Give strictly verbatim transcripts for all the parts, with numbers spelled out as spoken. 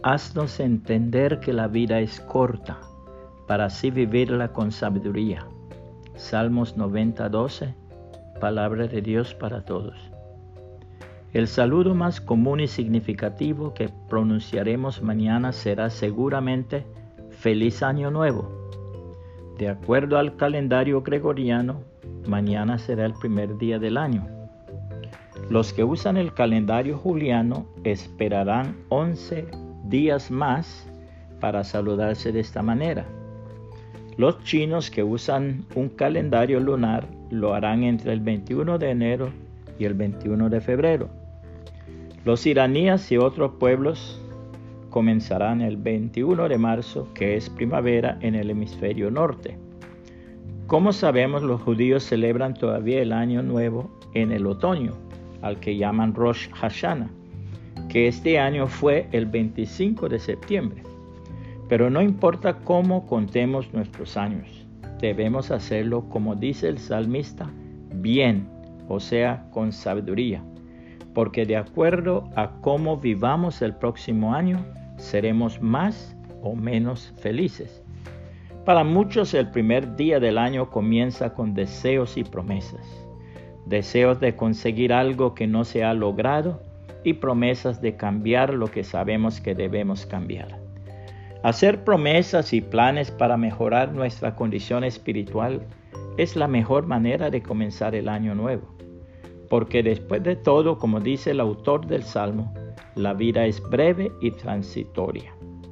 haznos entender que la vida es corta, para así vivirla con sabiduría. Salmos noventa, doce, palabra de Dios para todos. El saludo más común y significativo que pronunciaremos mañana será seguramente Feliz Año Nuevo. De acuerdo al calendario gregoriano, mañana será el primer día del año. Los que usan el calendario juliano esperarán once días más para saludarse de esta manera. Los chinos que usan un calendario lunar lo harán entre el veintiuno de enero y el veintiuno de febrero. Los iraníes y otros pueblos comenzarán el veintiuno de marzo, que es primavera en el hemisferio norte. Como sabemos, los judíos celebran todavía el año nuevo en el otoño, al que llaman Rosh Hashanah, que este año fue el veinticinco de septiembre. Pero no importa cómo contemos nuestros años, debemos hacerlo como dice el salmista, bien, o sea, con sabiduría, porque de acuerdo a cómo vivamos el próximo año, seremos más o menos felices. Para muchos el primer día del año comienza con deseos y promesas. Deseos de conseguir algo que no se ha logrado y promesas de cambiar lo que sabemos que debemos cambiar. Hacer promesas y planes para mejorar nuestra condición espiritual es la mejor manera de comenzar el año nuevo. Porque después de todo, como dice el autor del Salmo, la vida es breve y transitoria.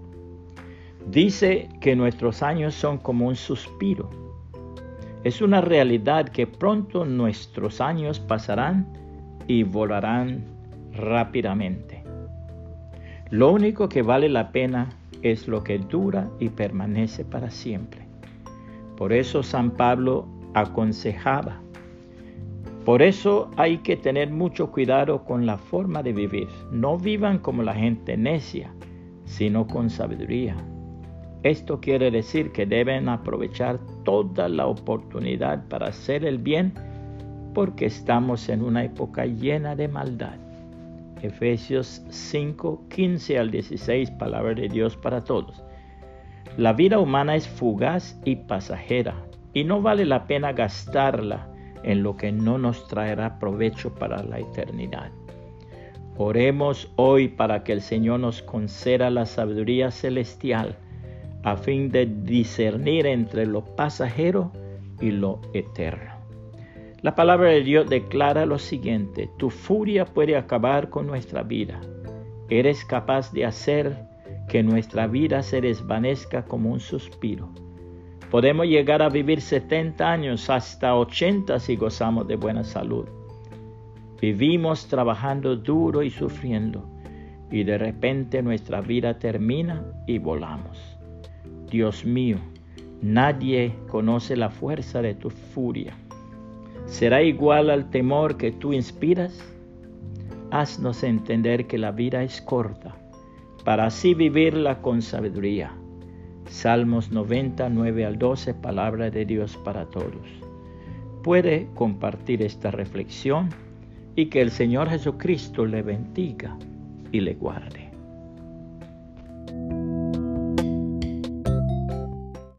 Dice que nuestros años son como un suspiro. Es una realidad que pronto nuestros años pasarán y volarán rápidamente. Lo único que vale la pena es lo que dura y permanece para siempre. Por eso San Pablo aconsejaba. Por eso hay que tener mucho cuidado con la forma de vivir. No vivan como la gente necia, sino con sabiduría. Esto quiere decir que deben aprovechar toda la oportunidad para hacer el bien, porque estamos en una época llena de maldad. Efesios cinco, quince al dieciséis, palabra de Dios para todos. La vida humana es fugaz y pasajera, y no vale la pena gastarla en lo que no nos traerá provecho para la eternidad. Oremos hoy para que el Señor nos conceda la sabiduría celestial, a fin de discernir entre lo pasajero y lo eterno. La palabra de Dios declara lo siguiente: tu furia puede acabar con nuestra vida. Eres capaz de hacer que nuestra vida se desvanezca como un suspiro. Podemos llegar a vivir setenta años, hasta ochenta si gozamos de buena salud. Vivimos trabajando duro y sufriendo, y de repente nuestra vida termina y volamos. Dios mío, nadie conoce la fuerza de tu furia. ¿Será igual al temor que tú inspiras? Haznos entender que la vida es corta, para así vivirla con sabiduría. Salmos noventa, nueve al doce, palabra de Dios para todos. Puede compartir esta reflexión y que el Señor Jesucristo le bendiga y le guarde.